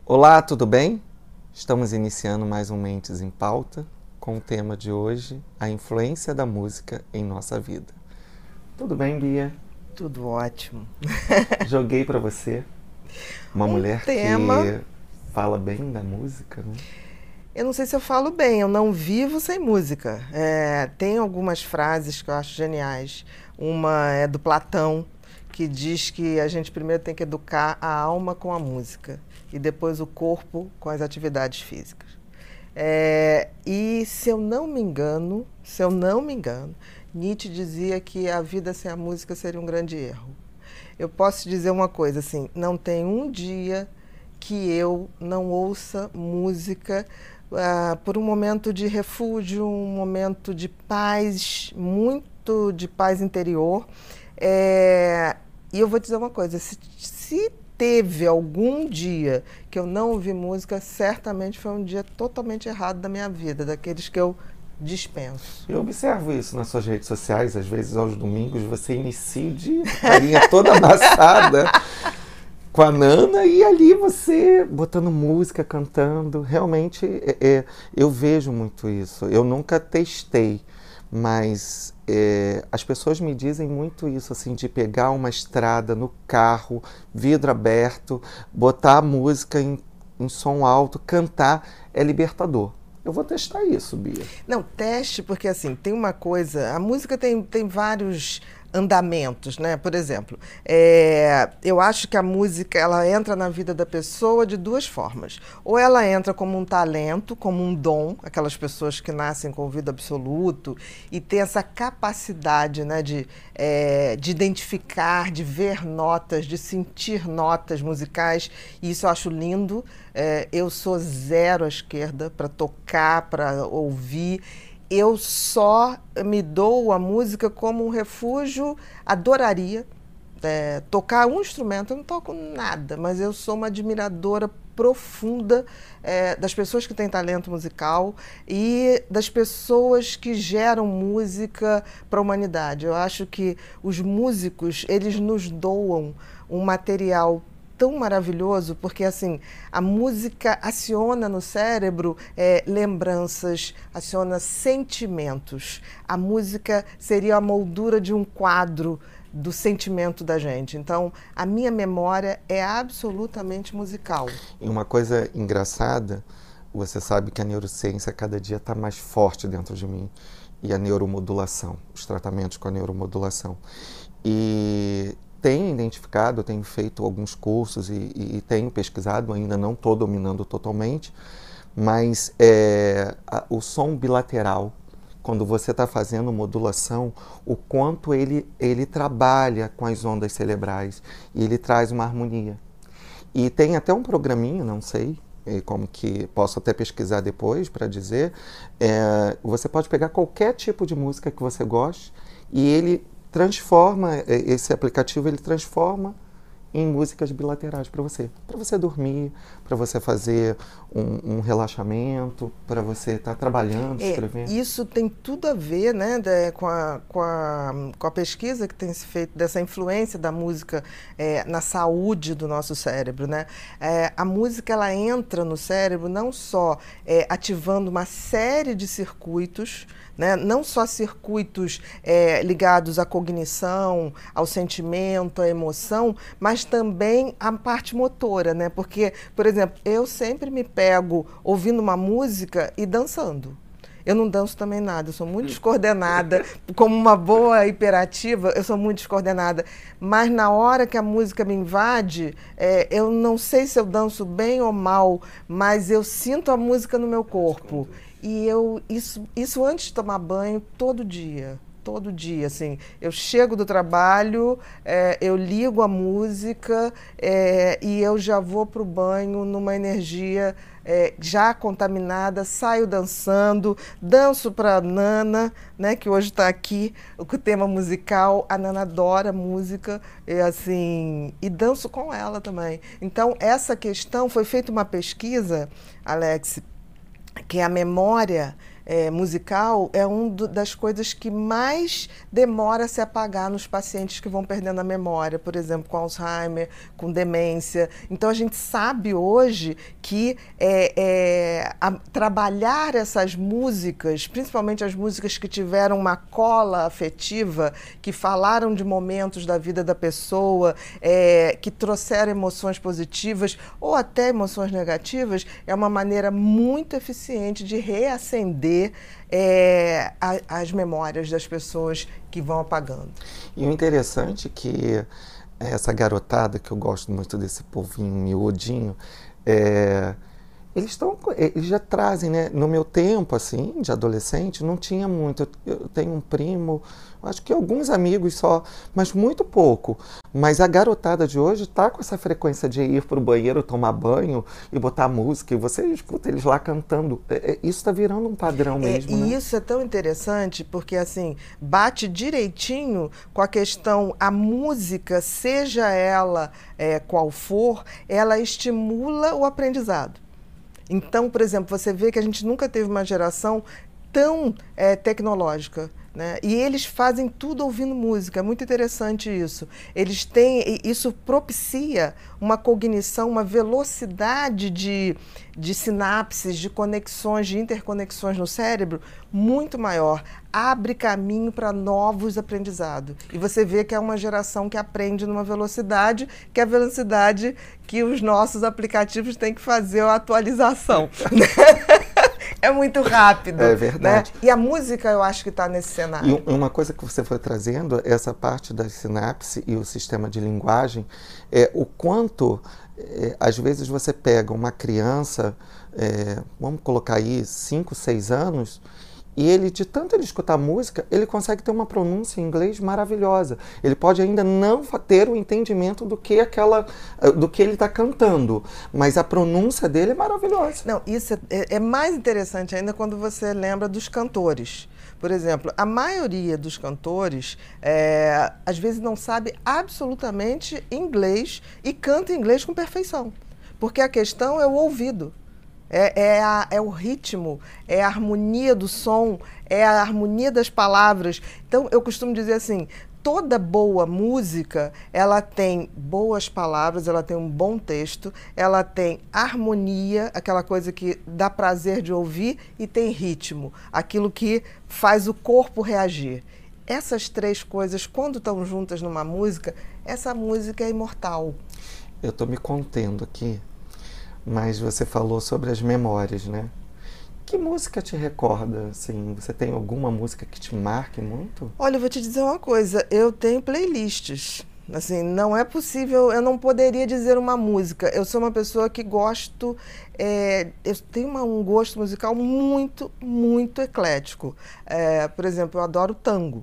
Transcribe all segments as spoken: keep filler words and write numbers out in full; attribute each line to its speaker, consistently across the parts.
Speaker 1: Olá, tudo bem? Estamos iniciando mais um Mentes em Pauta com o tema de hoje, a influência da música em nossa vida. Tudo bem, Bia?
Speaker 2: Tudo ótimo.
Speaker 1: Joguei para você uma
Speaker 2: Um
Speaker 1: mulher
Speaker 2: tema,
Speaker 1: que fala bem da música, né?
Speaker 2: eu não sei se eu falo bem, eu não vivo sem música. É, tem algumas frases que eu acho geniais. Uma é do Platão, que diz que a gente primeiro tem que educar a alma com a música e depois o corpo com as atividades físicas. É, e se eu não me engano, se eu não me engano, Nietzsche dizia que a vida sem a música seria um grande erro. Eu posso dizer uma coisa assim, não tem um dia que eu não ouça música uh, por um momento de refúgio, um momento de paz, muito de paz interior. É, e eu vou dizer uma coisa, se, se teve algum dia que eu não ouvi música, certamente foi um dia totalmente errado da minha vida, daqueles que eu dispenso.
Speaker 1: Eu observo isso nas suas redes sociais, às vezes aos domingos você inicia o dia, carinha toda amassada com a Nana e ali você botando música, cantando. Realmente é, é, eu vejo muito isso. Eu nunca testei, mas é, as pessoas me dizem muito isso, assim, de pegar uma estrada no carro, vidro aberto, botar a música em, em som alto, cantar, é libertador. Eu vou testar isso, Bia.
Speaker 2: Não, teste, porque assim, tem uma coisa, a música tem, tem vários andamentos, né? Por exemplo, é, eu acho que a música ela entra na vida da pessoa de duas formas. Ou ela entra como um talento, como um dom, aquelas pessoas que nascem com ouvido absoluto e tem essa capacidade, né, de, é, de identificar, de ver notas, de sentir notas musicais, e isso eu acho lindo. É, eu sou zero à esquerda para tocar, para ouvir. Eu só me dou a música como um refúgio, adoraria é, tocar um instrumento, eu não toco nada, mas eu sou uma admiradora profunda é, das pessoas que têm talento musical e das pessoas que geram música para a humanidade. Eu acho que os músicos, eles nos doam um material tão maravilhoso, porque assim, a música aciona no cérebro é, lembranças, aciona sentimentos. A música seria a moldura de um quadro do sentimento da gente. Então, a minha memória é absolutamente musical.
Speaker 1: E uma coisa engraçada, você sabe que a neurociência cada dia está mais forte dentro de mim. E a neuromodulação, os tratamentos com a neuromodulação. E tenho identificado, tenho feito alguns cursos e, e, e tenho pesquisado, ainda não estou dominando totalmente, mas é, a, o som bilateral, quando você está fazendo modulação, o quanto ele, ele trabalha com as ondas cerebrais e ele traz uma harmonia. E tem até um programinho, não sei, como que posso até pesquisar depois para dizer, é, você pode pegar qualquer tipo de música que você goste e ele transforma, esse aplicativo ele transforma em músicas bilaterais para você, para você dormir, para você fazer um, um relaxamento, para você estar tá trabalhando,
Speaker 2: é,
Speaker 1: escrevendo.
Speaker 2: Isso tem tudo a ver, né, de, com, a, com, a, com a pesquisa que tem se feito dessa influência da música é, na saúde do nosso cérebro, né? É, a música ela entra no cérebro não só é, ativando uma série de circuitos, né? Não só circuitos é, ligados à cognição, ao sentimento, à emoção, mas também à parte motora, né? Porque, por exemplo, eu sempre me pego ouvindo uma música e dançando. Eu não danço também nada, eu sou muito descoordenada. Como uma boa hiperativa, eu sou muito descoordenada. Mas na hora que a música me invade, é, eu não sei se eu danço bem ou mal, mas eu sinto a música no meu corpo. E eu, isso, isso antes de tomar banho, todo dia. Todo dia, assim, eu chego do trabalho, é, eu ligo a música é, e eu já vou para o banho numa energia é, já contaminada, saio dançando, danço para a Nana, né, que hoje está aqui com o tema musical. A Nana adora música e, assim, e danço com ela também. Então, essa questão, foi feita uma pesquisa, Alex, que a memória é, musical é uma das coisas que mais demora a se apagar nos pacientes que vão perdendo a memória, por exemplo, com Alzheimer, com demência. Então, a gente sabe hoje que é, é, a, trabalhar essas músicas, principalmente as músicas que tiveram uma cola afetiva, que falaram de momentos da vida da pessoa, é, que trouxeram emoções positivas ou até emoções negativas, é uma maneira muito eficiente de reacender é, a, as memórias das pessoas que vão apagando.
Speaker 1: E o interessante é que essa garotada, que eu gosto muito desse povinho miudinho, é, eles, tão, eles já trazem, né? No meu tempo, assim, de adolescente, não tinha muito. Eu, eu tenho um primo, acho que alguns amigos só, mas muito pouco. Mas a garotada de hoje está com essa frequência de ir para o banheiro tomar banho e botar música, e você escuta eles lá cantando. É, é, isso está virando um padrão mesmo,
Speaker 2: é, e
Speaker 1: né?
Speaker 2: isso é tão interessante, porque assim, bate direitinho com a questão, a música, seja ela é, qual for, ela estimula o aprendizado. Então, por exemplo, você vê que a gente nunca teve uma geração tão é, tecnológica, né? E eles fazem tudo ouvindo música, é muito interessante isso. Eles têm, isso propicia uma cognição, uma velocidade de, de sinapses, de conexões, de interconexões no cérebro muito maior. Abre caminho para novos aprendizados. E você vê que é uma geração que aprende numa velocidade, que é a velocidade que os nossos aplicativos têm que fazer a atualização. É muito rápido.
Speaker 1: É verdade.
Speaker 2: Né? E a música, eu acho que está nesse cenário.
Speaker 1: E uma coisa que você foi trazendo, essa parte da sinapse e o sistema de linguagem, é o quanto, é, às vezes, você pega uma criança, é, vamos colocar aí, cinco, seis anos, e ele, de tanto ele escutar música, ele consegue ter uma pronúncia em inglês maravilhosa. Ele pode ainda não ter o entendimento do que, aquela, do que ele está cantando, mas a pronúncia dele é maravilhosa.
Speaker 2: Não, isso é, é mais interessante ainda quando você lembra dos cantores. Por exemplo, a maioria dos cantores, é, às vezes não sabe absolutamente inglês e canta inglês com perfeição, porque a questão é o ouvido. É, é, a, é o ritmo, é a harmonia do som, é a harmonia das palavras. Então, eu costumo dizer assim, toda boa música, ela tem boas palavras, ela tem um bom texto, ela tem harmonia, aquela coisa que dá prazer de ouvir, e tem ritmo, aquilo que faz o corpo reagir. Essas três coisas, quando estão juntas numa música, essa música é imortal.
Speaker 1: Eu estou me contendo aqui, mas você falou sobre as memórias, né? Que música te recorda, assim? Você tem alguma música que te marque muito?
Speaker 2: Olha, eu vou te dizer uma coisa, eu tenho playlists. Assim, não é possível, eu não poderia dizer uma música. Eu sou uma pessoa que gosto, é, eu tenho uma, um gosto musical muito, muito eclético. É, por exemplo, eu adoro tango.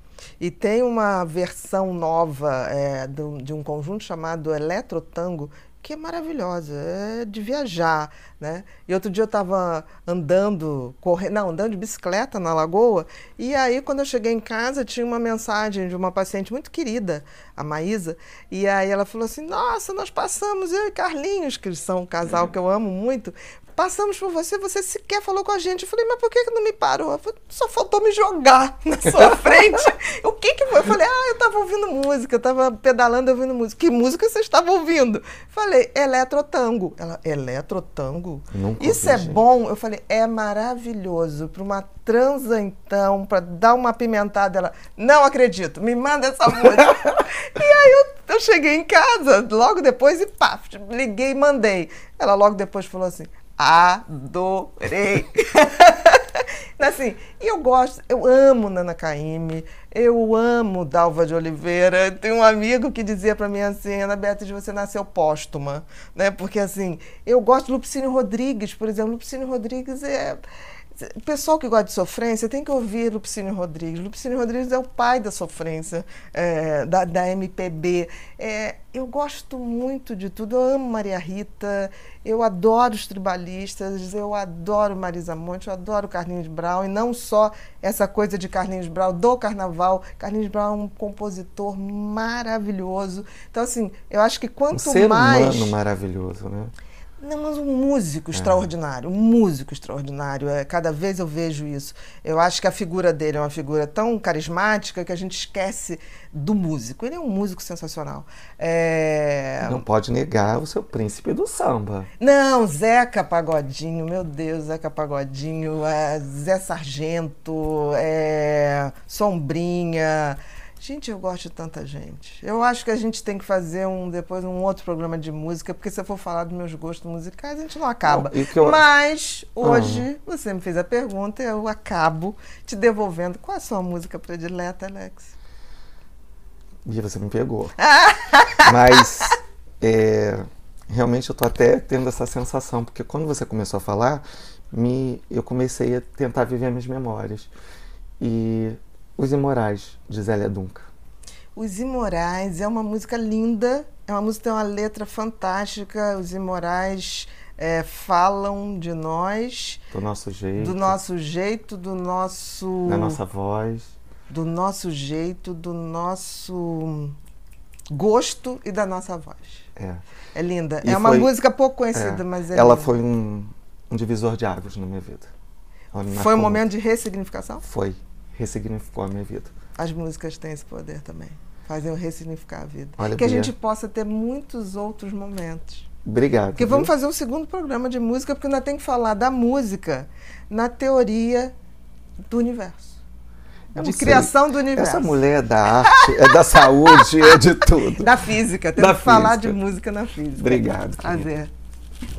Speaker 2: E tem uma versão nova é, de, de um conjunto chamado Eletrotango, que é maravilhosa, é de viajar, né? E outro dia eu estava andando, correndo, não, andando de bicicleta na Lagoa, e aí quando eu cheguei em casa tinha uma mensagem de uma paciente muito querida, a Maísa, e aí ela falou assim, nossa, nós passamos, eu e Carlinhos, que eles são um casal que eu amo muito, passamos por você, você sequer falou com a gente. Eu falei, mas por que que não me parou? Eu falei, só faltou me jogar na sua frente. O que que foi? Eu falei, ah, eu estava ouvindo música, eu estava pedalando ouvindo música. Que música você estava ouvindo? Falei, Eletrotango. Ela, Eletrotango?
Speaker 1: Nunca
Speaker 2: Isso
Speaker 1: ouvi,
Speaker 2: é
Speaker 1: gente.
Speaker 2: bom? Eu falei, é maravilhoso. Para uma transa, então, para dar uma apimentada. Ela, não acredito, me manda essa música. E aí eu, eu cheguei em casa, logo depois, e pá, liguei e mandei. Ela logo depois falou assim, adorei. Assim, e eu gosto, eu amo Nana Caymmi, eu amo Dalva de Oliveira. Tem um amigo que dizia para mim assim, Ana Beatriz, você nasceu póstuma, né? Porque assim, eu gosto de Lupicínio Rodrigues, por exemplo. Lupicínio Rodrigues é... O pessoal que gosta de sofrência tem que ouvir Lupicínio Rodrigues. Lupicínio Rodrigues é o pai da sofrência, é, da, da M P B. É, eu gosto muito de tudo. Eu amo Maria Rita, eu adoro os tribalistas, eu adoro Marisa Monte, eu adoro Carlinhos Brown. E não só essa coisa de Carlinhos Brown do carnaval. Carlinhos Brown é um compositor maravilhoso. Então, assim, eu acho que quanto
Speaker 1: um ser
Speaker 2: mais...
Speaker 1: humano maravilhoso, né?
Speaker 2: Não, mas um músico extraordinário, um músico extraordinário. É, cada vez eu vejo isso. Eu acho que a figura dele é uma figura tão carismática que a gente esquece do músico. Ele é um músico sensacional. É...
Speaker 1: Não pode negar o seu príncipe do samba.
Speaker 2: Não, Zeca Pagodinho, meu Deus, Zeca Pagodinho, é, Zé Sargento, é, Sombrinha... Gente, eu gosto de tanta gente. Eu acho que a gente tem que fazer um, depois um outro programa de música, porque se eu for falar dos meus gostos musicais, a gente não acaba.
Speaker 1: Não, eu...
Speaker 2: Mas hoje ah. você me fez a pergunta e eu acabo te devolvendo. Qual é a sua música predileta, Alex?
Speaker 1: E você me pegou. Mas é, realmente eu tô até tendo essa sensação, porque quando você começou a falar, me, eu comecei a tentar viver minhas memórias. E... Os Imorais, de Zélia Duncan.
Speaker 2: Os Imorais é uma música linda, é uma música que tem uma letra fantástica. Os Imorais é, falam de nós.
Speaker 1: Do nosso jeito.
Speaker 2: Do nosso jeito, do nosso...
Speaker 1: Da nossa voz.
Speaker 2: Do nosso jeito, do nosso gosto e da nossa voz.
Speaker 1: É,
Speaker 2: é linda.
Speaker 1: E
Speaker 2: é uma
Speaker 1: foi,
Speaker 2: música pouco conhecida,
Speaker 1: é,
Speaker 2: mas é
Speaker 1: Ela
Speaker 2: linda.
Speaker 1: foi um, um divisor de águas na minha vida.
Speaker 2: Foi um momento de ressignificação?
Speaker 1: Foi. Ressignificou a minha vida.
Speaker 2: As músicas têm esse poder também. Fazem eu ressignificar a vida.
Speaker 1: Olha,
Speaker 2: que a
Speaker 1: Bia,
Speaker 2: gente possa ter muitos outros momentos.
Speaker 1: Obrigado.
Speaker 2: Porque
Speaker 1: viu?
Speaker 2: vamos fazer um segundo programa de música, porque ainda tem que falar da música na teoria do universo.
Speaker 1: Eu
Speaker 2: de
Speaker 1: sei.
Speaker 2: criação do universo.
Speaker 1: Essa mulher é da arte, é da saúde, é de tudo.
Speaker 2: Da física. Temos
Speaker 1: Da
Speaker 2: que falar
Speaker 1: física.
Speaker 2: de música na física.
Speaker 1: Obrigado.
Speaker 2: Prazer.